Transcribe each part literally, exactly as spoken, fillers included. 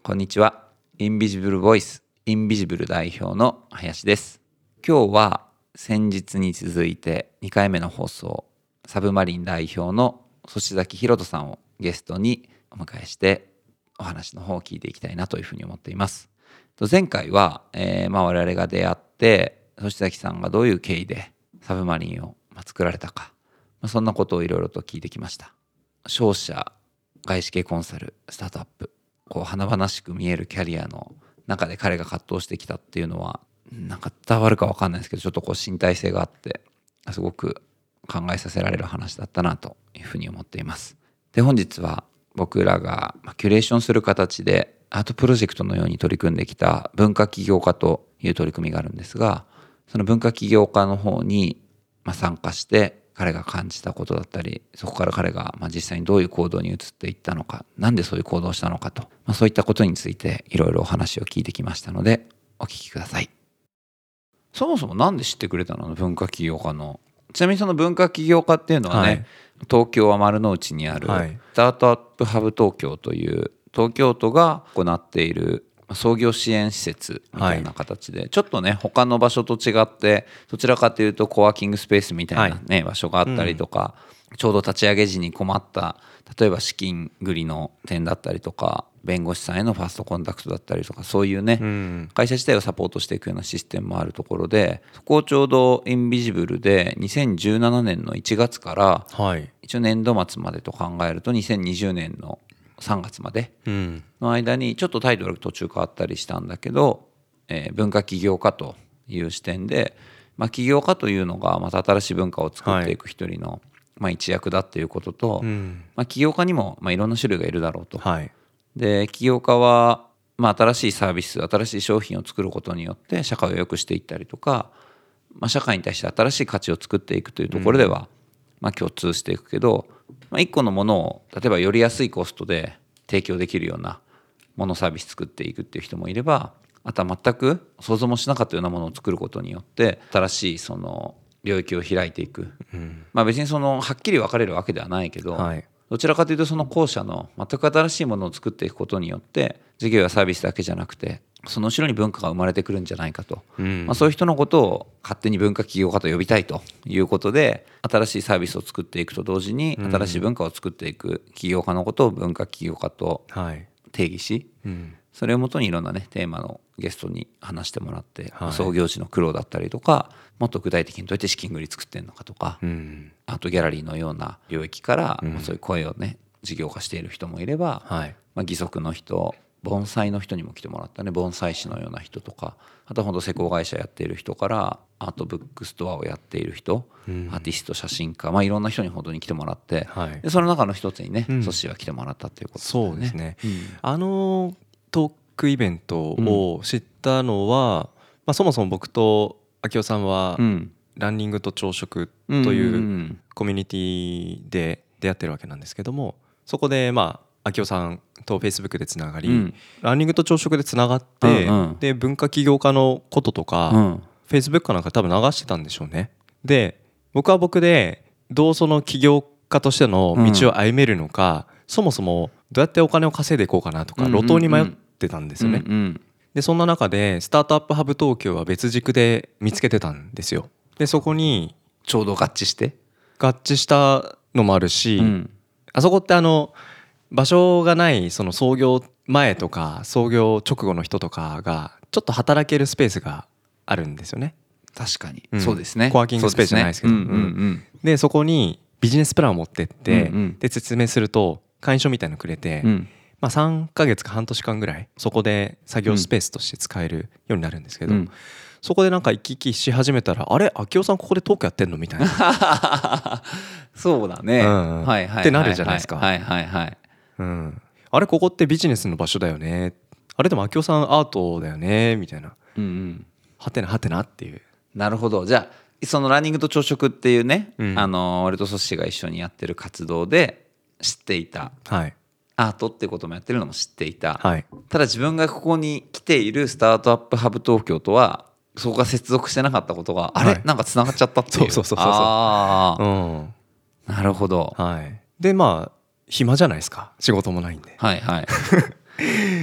こんにちは。インビジブルボイス、インビジブル代表の林です。今日は先日に続いてにかいめの放送、サブマリン代表の粗志崎弘人さんをゲストにお迎えしてお話の方を聞いていきたいなというふうに思っています。前回は、えーまあ、我々が出会って粗志崎さんがどういう経緯でサブマリンを作られたか、まあ、そんなことをいろいろと聞いてきました。商社、外資系コンサル、スタートアップ、こう華々しく見えるキャリアの中で彼が葛藤してきたっていうのはなんか伝わるか分かんないですけど、ちょっとこう身体性があってすごく考えさせられる話だったなというふうに思っています。で、本日は僕らがキュレーションする形でアートプロジェクトのように取り組んできた文化起業家という取り組みがあるんですが、その文化起業家の方に参加して彼が感じたことだったり、そこから彼が実際にどういう行動に移っていったのか、なんでそういう行動をしたのかと、まあ、そういったことについていろいろお話を聞いてきましたのでお聞きください。そもそもなんで知ってくれたの？文化起業家の。ちなみにその文化起業家っていうのはね、はい、東京は丸の内にあるスタートアップハブ東京という東京都が行っている創業支援施設みたいな形で、はい、ちょっとね他の場所と違ってどちらかというとコワーキングスペースみたいなね、はい、場所があったりとか、うん、ちょうど立ち上げ時に困った例えば資金繰りの点だったりとか弁護士さんへのファーストコンタクトだったりとか、そういうね、うん、会社自体をサポートしていくようなシステムもあるところで、そこをちょうどインビジブルでにせんじゅうななねんのいちがつから、はい、一応年度末までと考えるとにせんにじゅうねんのさんがつまでの間にちょっとタイトルが途中変わったりしたんだけど、えー、文化起業家という視点で、まあ、起業家というのがまた新しい文化を作っていく一人の、はい、まあ、一役だっていうことと、うん、まあ、起業家にもまあいろんな種類がいるだろうと、はい、で起業家はまあ新しいサービス、新しい商品を作ることによって社会を良くしていったりとか、まあ、社会に対して新しい価値を作っていくというところでは、うん、まあ、共通していくけど、まあ、いっこのものを例えばより安いコストで提供できるようなものサービス作っていくっていう人もいれば、あとは全く想像もしなかったようなものを作ることによって新しいその領域を開いていく、うん、まあ別にそのはっきり分かれるわけではないけど、はい、どちらかというとその後者の全く新しいものを作っていくことによって事業やサービスだけじゃなくてその後ろに文化が生まれてくるんじゃないかと、うん、まあ、そういう人のことを勝手に文化起業家と呼びたいということで、新しいサービスを作っていくと同時に新しい文化を作っていく起業家のことを文化起業家と定義し、はい、うん、それをもとにいろんなねテーマのゲストに話してもらって、はい、創業時の苦労だったりとか、もっと具体的にどうやって資金繰り作ってるのかとか、うん、アートギャラリーのような領域から、うん、そういう声をね事業化している人もいれば、はい、まあ、義足の人、盆栽の人にも来てもらったね、盆栽師のような人とか、あとは本当施工会社やっている人からアートブックストアをやっている人、うん、アーティスト、写真家、まあ、いろんな人に本当に来てもらって、はい、でその中の一つにね、ソッシーは来てもらったっていうことですね。 そうですね、うん、あのトークイベントを知ったのは、うん、まあ、そもそも僕と明夫さんは、うん、ランニングと朝食というコミュニティで出会ってるわけなんですけども、そこでまあ明夫さんと Facebook でつながり、うん、ランニングと朝食でつながって、うんうん、で文化起業家のこととか、うん、Facebook かなんか多分流してたんでしょうね。で僕は僕でどうその起業家としての道を歩めるのか、うん、そもそもどうやってお金を稼いでいこうかなとか、うんうんうん、路頭に迷ってたんですよね、うんうん、でそんな中でスタートアップハブ東京は別軸で見つけてたんですよ。でそこにちょうど合致して合致したのもあるし、うん、あそこってあの場所がないその創業前とか創業直後の人とかがちょっと働けるスペースがあるんですよね。 確かに、うん、そうですね。 コワーキングスペースじゃないですけど、で、うんうんうん、でそこにビジネスプランを持ってって、うんうん、で説明すると会員証みたいなのくれて、うん、まあ、さんかげつか半年間ぐらいそこで作業スペースとして使えるようになるんですけど、うん、そこでなんか行き来し始めたら、あれ明夫さんここでトークやってんのみたいなそうだね、うん、はいはいはいはい、 ってなるじゃないですか。 はいはいはい、 うん、あれここってビジネスの場所だよね、あれでも明夫さんアートだよねみたいな、うんうん、はてなはてなっていう。 なるほど。じゃあそのランニングと朝食っていうね、うん、あの俺とソッシーが一緒にやってる活動で知っていた、はい、アートってこともやってるのも知っていた、はい、ただ自分がここに来ているスタートアップハブ東京とはそこが接続してなかったことが、あれ、はい、なんかつながっちゃったっていう。 そうそうそうそうそう、 あ、うん、なるほど、 はい、でまあ暇じゃないですか、仕事もないんで、 はいはい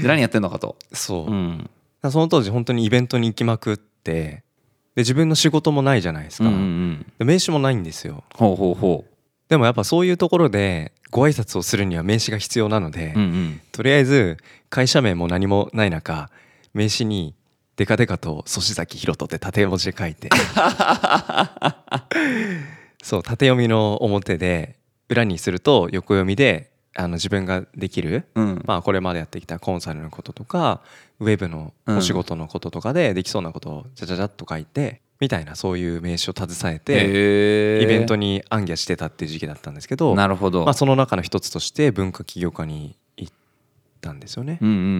で何やってんのかと。 そう、 うん、 その当時本当にイベントに行きまくって、で自分の仕事もないじゃないですか、 うんうんうん、 で名刺もないんですよ。 ほうほうほう。 でもやっぱそういうところでご挨拶をするには名刺が必要なので、 うんうん、とりあえず会社名も何もない中、名刺にデカデカと粗崎ひろとって縦文字で書いてそう縦読みの表で、裏にすると横読みで、あの自分ができる、うん、まあこれまでやってきたコンサルのこととかウェブのお仕事のこととかでできそうなことをじゃじゃじゃっと書いてみたいな、そういう名刺を携えてイベントに行脚してたっていう時期だったんですけど、 なるほど、 まあ、その中の一つとして文化起業家に行ったんですよね。 うんうんうんうん、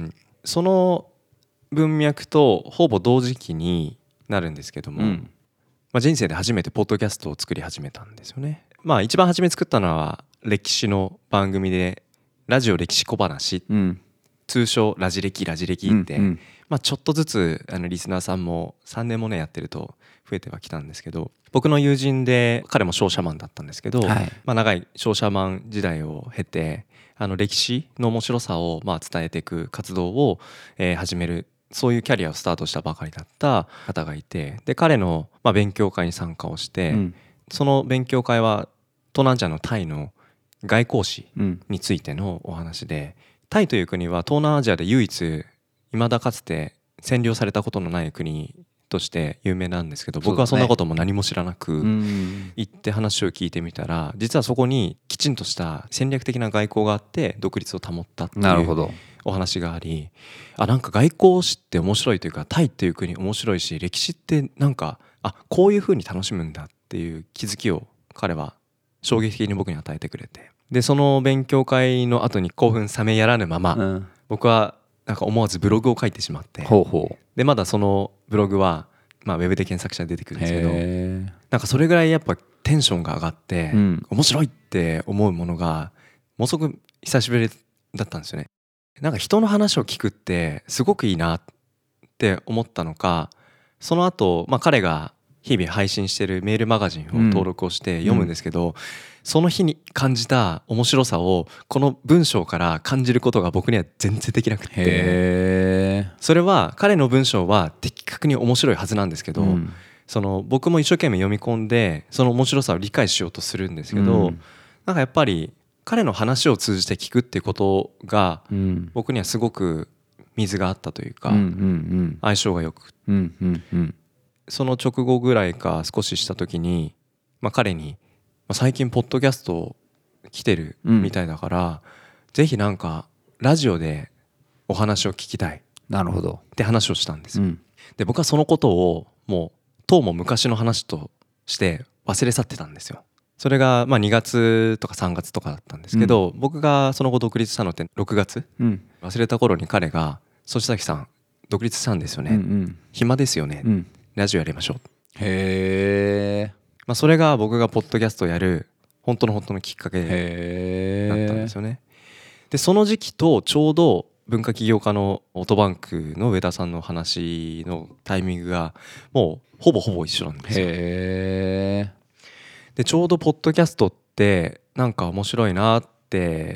その文脈とほぼ同時期になるんですけども、うん、まあ、人生で初めてポッドキャストを作り始めたんですよね。まあ一番初め作ったのは歴史の番組でラジオ歴史小話、うん、通称ラジ歴ラジ歴って、うんうん、まあ、ちょっとずつあのリスナーさんもさんねんもねやってると増えてはきたんですけど、僕の友人で彼も商社マンだったんですけど、はい、まあ、長い商社マン時代を経てあの歴史の面白さをまあ伝えていく活動をえ始める、そういうキャリアをスタートしたばかりだった方がいて、で彼のまあ勉強会に参加をして、うん、その勉強会は東南アジアのタイの外交史についてのお話で、うん、タイという国は東南アジアで唯一未だかつて占領されたことのない国として有名なんですけど、僕はそんなことも何も知らなく行って話を聞いてみたら、実はそこにきちんとした戦略的な外交があって独立を保ったっていうお話があり、あ、なんか外交史って面白いというか、タイっていう国面白いし、歴史ってなんかあこういう風に楽しむんだっていう気づきを彼は衝撃的に僕に与えてくれて、でその勉強会の後に興奮冷めやらぬまま、うん、僕はなんか思わずブログを書いてしまって、ほうほう、でまだそのブログは、まあ、ウェブで検索したら出てくるんですけど、なんかそれぐらいやっぱテンションが上がって、うん、面白いって思うものがものすごく久しぶりだったんですよね。なんか人の話を聞くってすごくいいなって思ったのか、その後、まあ彼が日々配信してるメールマガジンを登録をして読むんですけど、うんうん、その日に感じた面白さをこの文章から感じることが僕には全然できなくて、へー、それは彼の文章は的確に面白いはずなんですけど、うん、その僕も一生懸命読み込んでその面白さを理解しようとするんですけど、うん、なんかやっぱり彼の話を通じて聞くっていうことが僕にはすごく水があったというか、相性がよく、うんうんうん、その直後ぐらいか少しした時に、まあ、彼に最近ポッドキャスト来てるみたいだから、うん、ぜひなんかラジオでお話を聞きたい、なるほどって話をしたんですよ、うん、で僕はそのことをもうとうも昔の話として忘れ去ってたんですよ。それがまあにがつとかさんがつとかだったんですけど、うん、僕がその後独立したのってろくがつ、うん、忘れた頃に彼が粗崎さん独立したんですよね、うんうん、暇ですよね、うん、ラジオやりましょう。へー、まあ、それが僕がポッドキャストをやる本当の本当のきっかけだったんですよね。でその時期とちょうど文化起業家のオートバンクの上田さんの話のタイミングがもうほぼほぼ一緒なんですよ。へー、でちょうどポッドキャストってなんか面白いなって、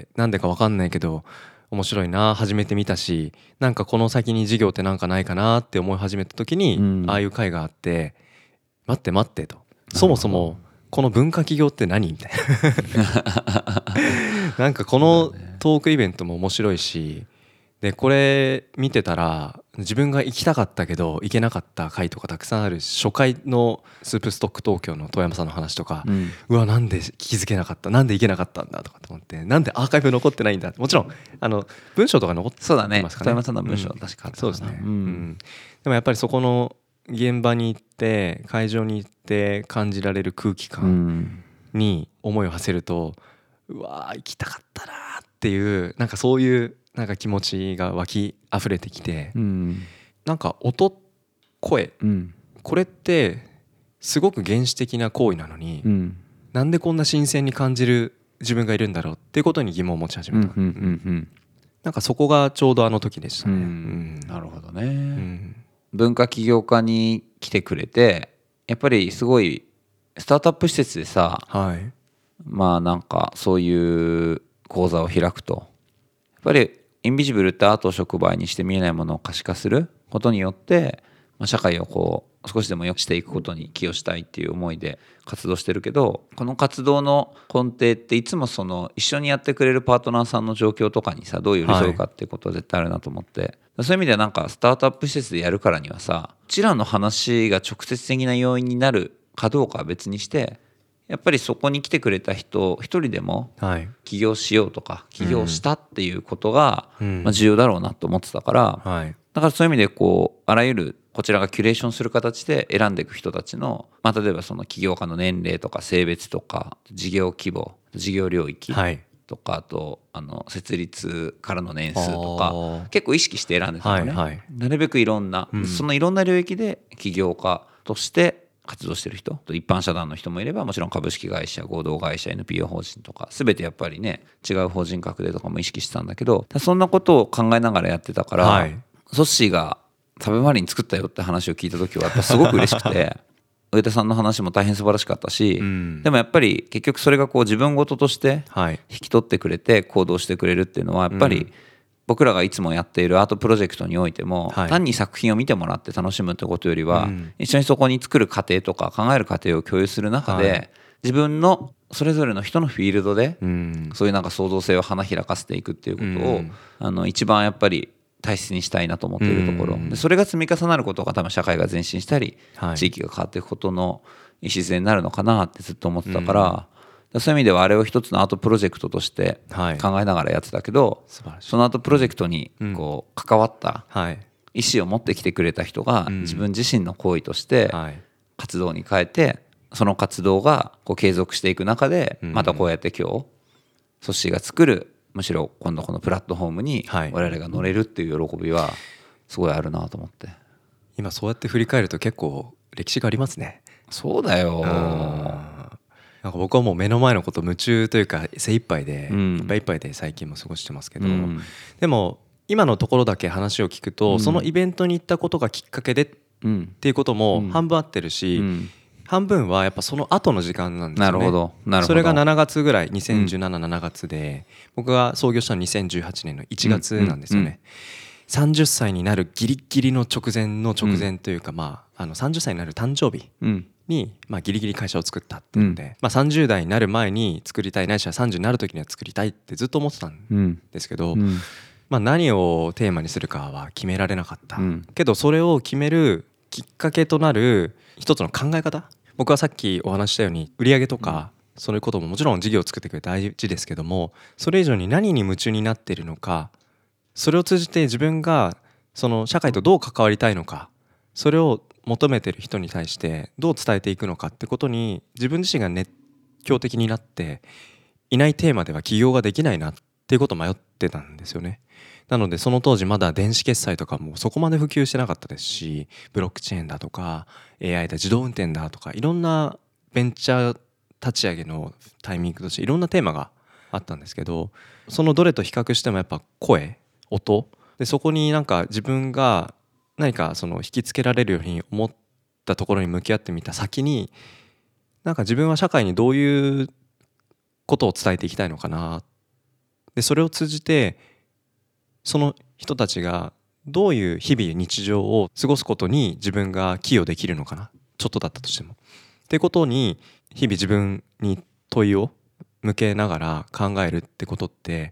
なんでか分かんないけど面白いな、始めてみたし、なんかこの先に事業ってなんかないかなって思い始めた時に、うん、ああいう会があって、待って待ってと、そもそもこの文化起業って何みたいななんかこのトークイベントも面白いし、でこれ見てたら自分が行きたかったけど行けなかった回とかたくさんある。初回のスープストック東京の遠山さんの話とか、うん、うわなんで気づけなかった、なんで行けなかったんだとかと思って、なんでアーカイブ残ってないんだ。もちろんあの文章とか残ってますかね。そうだね、遠山さんの文章は確かあるかな、うん、そうですね、うんうん、でもやっぱりそこの現場に行って会場に行って感じられる空気感に思いを馳せると、うわ行きたかったなっていう、なんかそういうなんか気持ちが湧き溢れてきて、うん、なんか音声、うん、これってすごく原始的な行為なのに、うん、なんでこんな新鮮に感じる自分がいるんだろうっていうことに疑問を持ち始めた、うんうんうんうん、なんかそこがちょうどあの時でしたね、うんうん、 なるほどね、うん、文化起業家に来てくれて、やっぱりすごいスタートアップ施設でさ、はい、まあなんかそういう講座を開くとやっぱりインビジブルってアートを触媒にして見えないものを可視化することによって、まあ、社会をこう少しでも良くしていくことに寄与したいっていう思いで活動してるけど、この活動の根底っていつもその一緒にやってくれるパートナーさんの状況とかにさどう寄り添うかっていうことは絶対あるなと思って、はい、そういう意味ではなんかスタートアップ施設でやるからにはさ、うちらの話が直接的な要因になるかどうかは別にして、やっぱりそこに来てくれた人一人でも起業しようとか起業したっていうことがまあ重要だろうなと思ってたから、だからそういう意味でこうあらゆるこちらがキュレーションする形で選んでいく人たちの、まあ、例えばその起業家の年齢とか性別とか事業規模、事業領域とか、あとあの設立からの年数とか結構意識して選んでたのね、はいはい、なるべくいろんな、うん、そのいろんな領域で起業家として活動してる人、一般社団の人もいれば、もちろん株式会社、合同会社、 エヌピーオー 法人とか全てやっぱりね違う法人格でとかも意識してたんだけど、そんなことを考えながらやってたから、はい、ソッシーがサブマリン作ったよって話を聞いた時はやっぱすごく嬉しくて上田さんの話も大変素晴らしかったし、うん、でもやっぱり結局それがこう自分事として引き取ってくれて行動してくれるっていうのはやっぱり僕らがいつもやっているアートプロジェクトにおいても、はい、単に作品を見てもらって楽しむってことよりは、うん、一緒にそこに作る過程とか考える過程を共有する中で、はい、自分のそれぞれの人のフィールドで、うん、そういうなんか創造性を花開かせていくっていうことを、うん、あの一番やっぱり大切にしたいなと思っているところで、それが積み重なることが多分社会が前進したり、はい、地域が変わっていくことの礎になるのかなってずっと思ってたから、うん、そういう意味ではあれを一つのアートプロジェクトとして考えながらやってたけど、はい、そのアートプロジェクトにこう関わった意思を持ってきてくれた人が自分自身の行為として活動に変えて、その活動がこう継続していく中でまたこうやって今日ソッシーが作る、むしろ今度このプラットフォームに我々が乗れるっていう喜びはすごいあるなと思って、はい、 今そうやって振り返ると結構歴史がありますね。 そうだよ。 なんか僕はもう目の前のこと夢中というか精一杯で、うん、いっぱいいっぱいで最近も過ごしてますけど、うん、でも今のところだけ話を聞くと、うん、そのイベントに行ったことがきっかけでっていうことも半分合ってるし、うんうん、半分はやっぱその後の時間なんですよね。 なるほどなるほど。 それがしちがつぐらい、にせんじゅうなな、しちがつで、僕が創業したのにせんじゅうはちねんのいちがつなんですよね、うんうんうん、さんじゅっさいになるギリギリの直前の直前というか、うん、まあ、あのさんじゅっさいになる誕生日に、まあ、ギリギリ会社を作ったっていうので、うん、まあ、さんじゅう代になる前に作りたい、ないしはさんじゅうになる時には作りたいってずっと思ってたんですけど、うんうん、まあ、何をテーマにするかは決められなかった、うん、けどそれを決めるきっかけとなる一つの考え方、僕はさっきお話したように売上とか、うん、そういうことももちろん事業を作ってくれて大事ですけども、それ以上に何に夢中になっているのか、それを通じて自分がその社会とどう関わりたいのか、それを求めている人に対してどう伝えていくのかってことに自分自身が熱狂的になっていないテーマでは起業ができないなっていうことを迷ってたんですよね。なのでその当時まだ電子決済とかもそこまで普及してなかったですし、ブロックチェーンだとか エーアイ だ、自動運転だとか、いろんなベンチャー立ち上げのタイミングとしていろんなテーマがあったんですけど、そのどれと比較してもやっぱ声、音で、そこになんか自分が何かその引きつけられるように思ったところに向き合ってみた先に、なんか自分は社会にどういうことを伝えていきたいのかな、でそれを通じてその人たちがどういう日々日常を過ごすことに自分が寄与できるのかな、ちょっとだったとしてもってことに日々自分に問いを向けながら考えるってことって、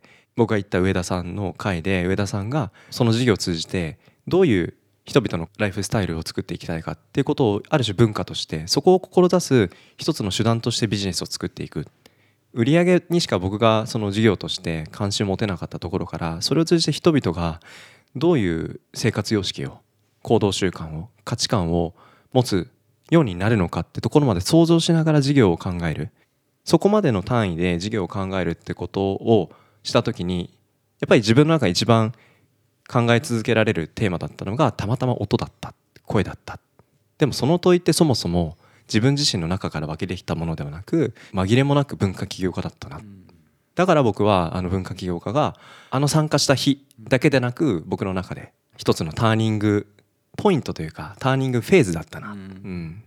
僕が言った上田さんの回で上田さんがその事業を通じてどういう人々のライフスタイルを作っていきたいかっていうことをある種文化として、そこを志す一つの手段としてビジネスを作っていく。売上にしか僕がその事業として関心を持てなかったところから、それを通じて人々がどういう生活様式を、行動習慣を、価値観を持つようになるのかってところまで想像しながら事業を考える。そこまでの単位で事業を考えるってことをしたときに、やっぱり自分の中で一番考え続けられるテーマだったのがたまたま音だった、声だった。でもその問いってそもそも自分自身の中から湧き出てきたものではなく、紛れもなく文化起業家だったな。だから僕はあの文化起業家があの参加した日だけでなく、僕の中で一つのターニングポイントというかターニングフェーズだったな、うんうん、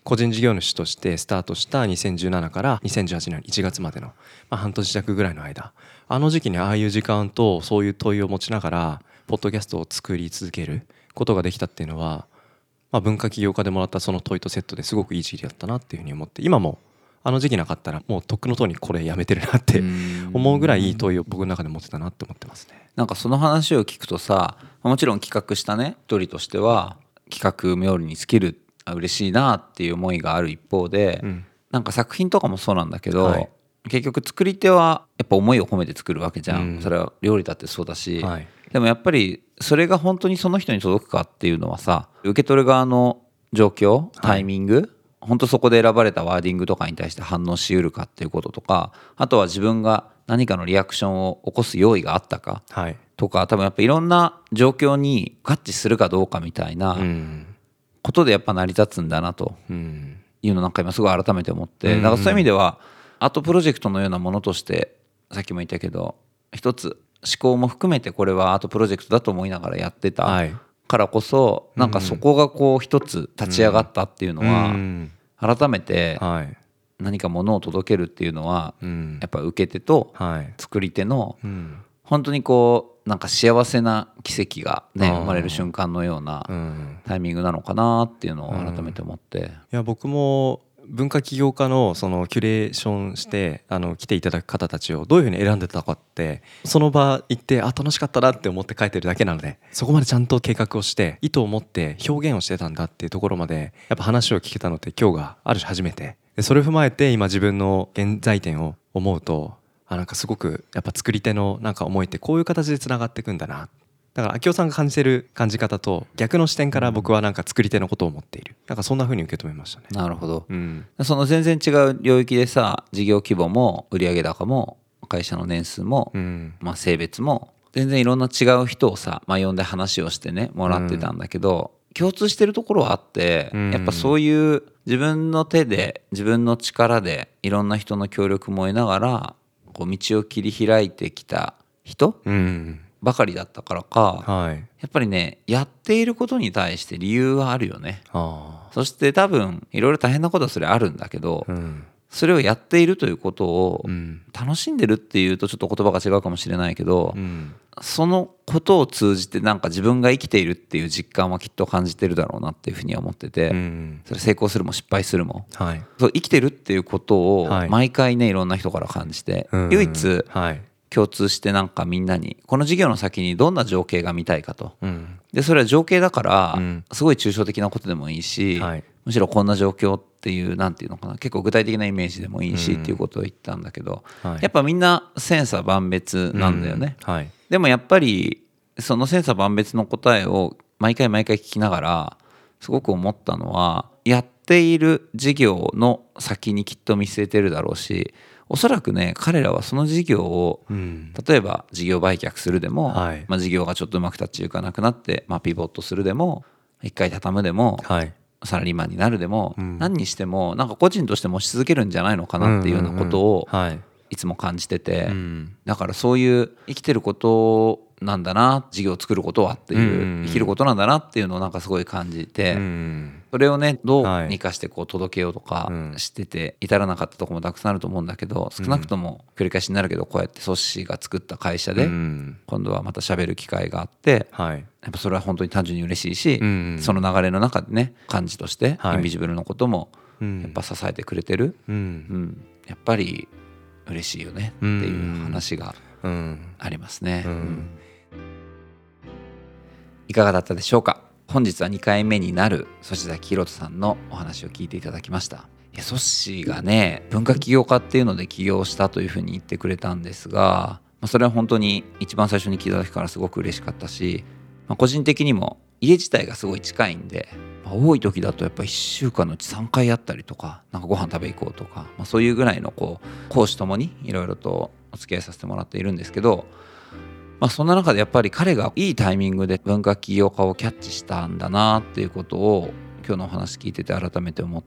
個人事業主としてスタートしたにせんじゅうななからにせんじゅうはちねんいちがつまでの、まあ、半年弱ぐらいの間、あの時期にああいう時間とそういう問いを持ちながらポッドキャストを作り続けることができたっていうのは、まあ、文化起業家でもらったその問いとセットですごくいい時期だったなっていうふうに思って、今もあの時期なかったらもうとっくのとおりにこれやめてるなって思うぐらいいい問いを僕の中で持ってたなって思ってますね。 なんかその話を聞くとさ、もちろん企画したね一人としては企画冥利に尽きる、嬉しいなっていう思いがある一方で、うん、なんか作品とかもそうなんだけど、はい、結局作り手はやっぱ思いを込めて作るわけじゃん、うん、それは料理だってそうだし、はい、でもやっぱりそれが本当にその人に届くかっていうのはさ、受け取る側の状況、タイミング、はい、本当そこで選ばれたワーディングとかに対して反応しうるかっていうこととか、あとは自分が何かのリアクションを起こす用意があったかとか、多分やっぱいろんな状況に合致するかどうかみたいなことでやっぱ成り立つんだなというのなんか今すごい改めて思って、だからそういう意味ではアートプロジェクトのようなものとしてさっきも言ったけど一つ思考も含めてこれはアートプロジェクトだと思いながらやってたからこそ、なんかそこがこう一つ立ち上がったっていうのは改めて何かものを届けるっていうのはやっぱ受け手と作り手の本当にこうなんか幸せな奇跡がね生まれる瞬間のようなタイミングなのかなっていうのを改めて思って、いや僕も文化起業家のそのキュレーションしてあの来ていただく方たちをどういうふうに選んでたかって、その場行ってあ楽しかったなって思って書いてるだけなので、そこまでちゃんと計画をして意図を持って表現をしてたんだっていうところまでやっぱ話を聞けたのって今日がある種初めてで、それを踏まえて今自分の現在点を思うと、あなんかすごくやっぱ作り手のなんか思いってこういう形でつながっていくんだな。だから明夫さんが感じてる感じ方と逆の視点から僕はなんか作り手のことを思っている、なんかそんな風に受け止めましたね。 なるほど、 うん、 その全然違う領域でさ、事業規模も売上高も会社の年数も、うん、まあ性別も全然いろんな違う人をさ、まあ、呼んで話をしてねもらってたんだけど、うん、共通してるところはあって、うん、やっぱそういう自分の手で自分の力でいろんな人の協力も得ながらこう道を切り開いてきた人、うんばかりだったからか、はい、やっぱりねやっていることに対して理由はあるよね。あそして多分いろいろ大変なことはそれあるんだけど、うん、それをやっているということを楽しんでるっていうとちょっと言葉が違うかもしれないけど、うん、そのことを通じてなんか自分が生きているっていう実感はきっと感じてるだろうなっていうふうには思ってて、うん、それ成功するも失敗するも、はい、そう生きてるっていうことを毎回ねいろんな人から感じて、はい、唯一、はい共通してなんかみんなにこの事業の先にどんな情景が見たいかと、うん、でそれは情景だからすごい抽象的なことでもいいし、うん、むしろこんな状況っていうなんていうのかな結構具体的なイメージでもいいし、うん、っていうことを言ったんだけど、はい、やっぱみんな千差万別なんだよね、うんはい、でもやっぱりその千差万別の答えを毎回毎回聞きながらすごく思ったのは、やっている事業の先にきっと見据えてるだろうし、おそらくね彼らはその事業を、うん、例えば事業売却するでも、はいまあ、事業がちょっとうまく立ち行かなくなって、まあ、ピボットするでも一回畳むでも、はい、サラリーマンになるでも、うん、何にしてもなんか個人として持ち続けるんじゃないのかなっていうようなことをいつも感じてて、うん、だからそういう生きてることなんだな、事業を作ることはっていう、うん、生きることなんだなっていうのをなんかすごい感じて、うん、それをねどうにかしてこう届けようとかしてて至らなかったところもたくさんあると思うんだけど、少なくとも繰り返しになるけどこうやってソッシーが作った会社で今度はまた喋る機会があって、やっぱそれは本当に単純に嬉しいし、その流れの中でね幹事としてインビジブルのこともやっぱ支えてくれてる、うんうん、やっぱり嬉しいよねっていう話がありますね、うんうんいかがだったでしょうか。本日はにかいめになる粗崎弘人さんのお話を聞いていただきました。いやソッシーがね文化起業家っていうので起業したというふうに言ってくれたんですが、まあ、それは本当に一番最初に聞いた時からすごく嬉しかったし、まあ、個人的にも家自体がすごい近いんで、まあ、多い時だとやっぱいっしゅうかんのうちさんかいあったりとか、なんかご飯食べ行こうとか、まあ、そういうぐらいのこう講師ともにいろいろとお付き合いさせてもらっているんですけど、まあ、そんな中でやっぱり彼がいいタイミングで文化起業家をキャッチしたんだなっていうことを今日のお話聞いてて改めて思って、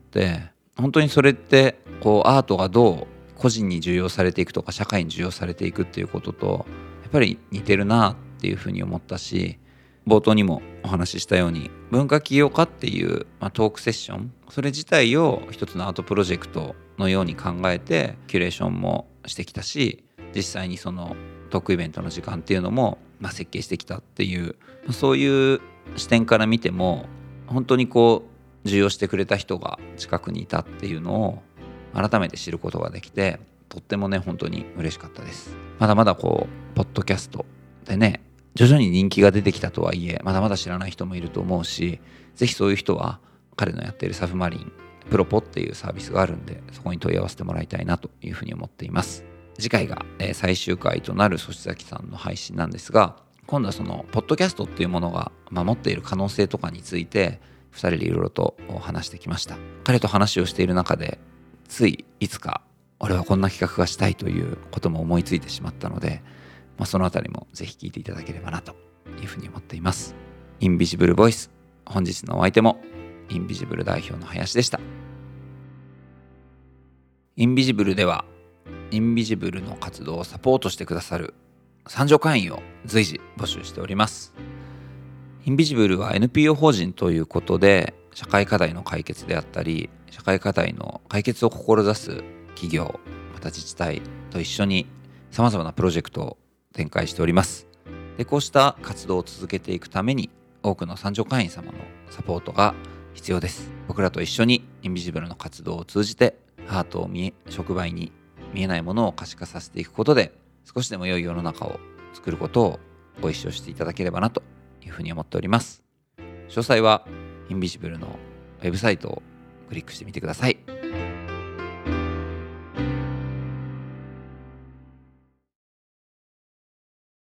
本当にそれってこうアートがどう個人に重要されていくとか社会に重要されていくっていうこととやっぱり似てるなっていうふうに思ったし、冒頭にもお話ししたように文化起業家っていう、まあ、トークセッション、それ自体を一つのアートプロジェクトのように考えてキュレーションもしてきたし、実際にそのトークイベントの時間っていうのも、まあ、設計してきたっていう、そういう視点から見ても本当にこう受容してくれた人が近くにいたっていうのを改めて知ることができて、とってもね本当に嬉しかったです。まだまだこうポッドキャストでね徐々に人気が出てきたとはいえ、まだまだ知らない人もいると思うし、ぜひそういう人は彼のやっているサブマリンプロポっていうサービスがあるんで、そこに問い合わせてもらいたいなというふうに思っています。次回が最終回となる粗崎さんの配信なんですが、今度はそのポッドキャストっていうものが持っている可能性とかについてふたりでいろいろと話してきました。彼と話をしている中でついいつか俺はこんな企画がしたいということも思いついてしまったので、まあ、そのあたりもぜひ聞いていただければなというふうに思っています。インビジブルボイス、本日のお相手もインビジブル代表の林でした。インビジブルではインビジブルの活動をサポートしてくださる参上会員を随時募集しております。インビジブルは エヌピーオー 法人ということで、社会課題の解決であったり、社会課題の解決を志す企業、また自治体と一緒にさまざまなプロジェクトを展開しております。で、こうした活動を続けていくために多くの参上会員様のサポートが必要です。僕らと一緒にインビジブルの活動を通じてアートを見え、触媒に見えないものを可視化させていくことで、少しでも良い世の中を作ることをご一緒していただければなというふうに思っております。詳細はインビジブルのウェブサイトをクリックしてみてください。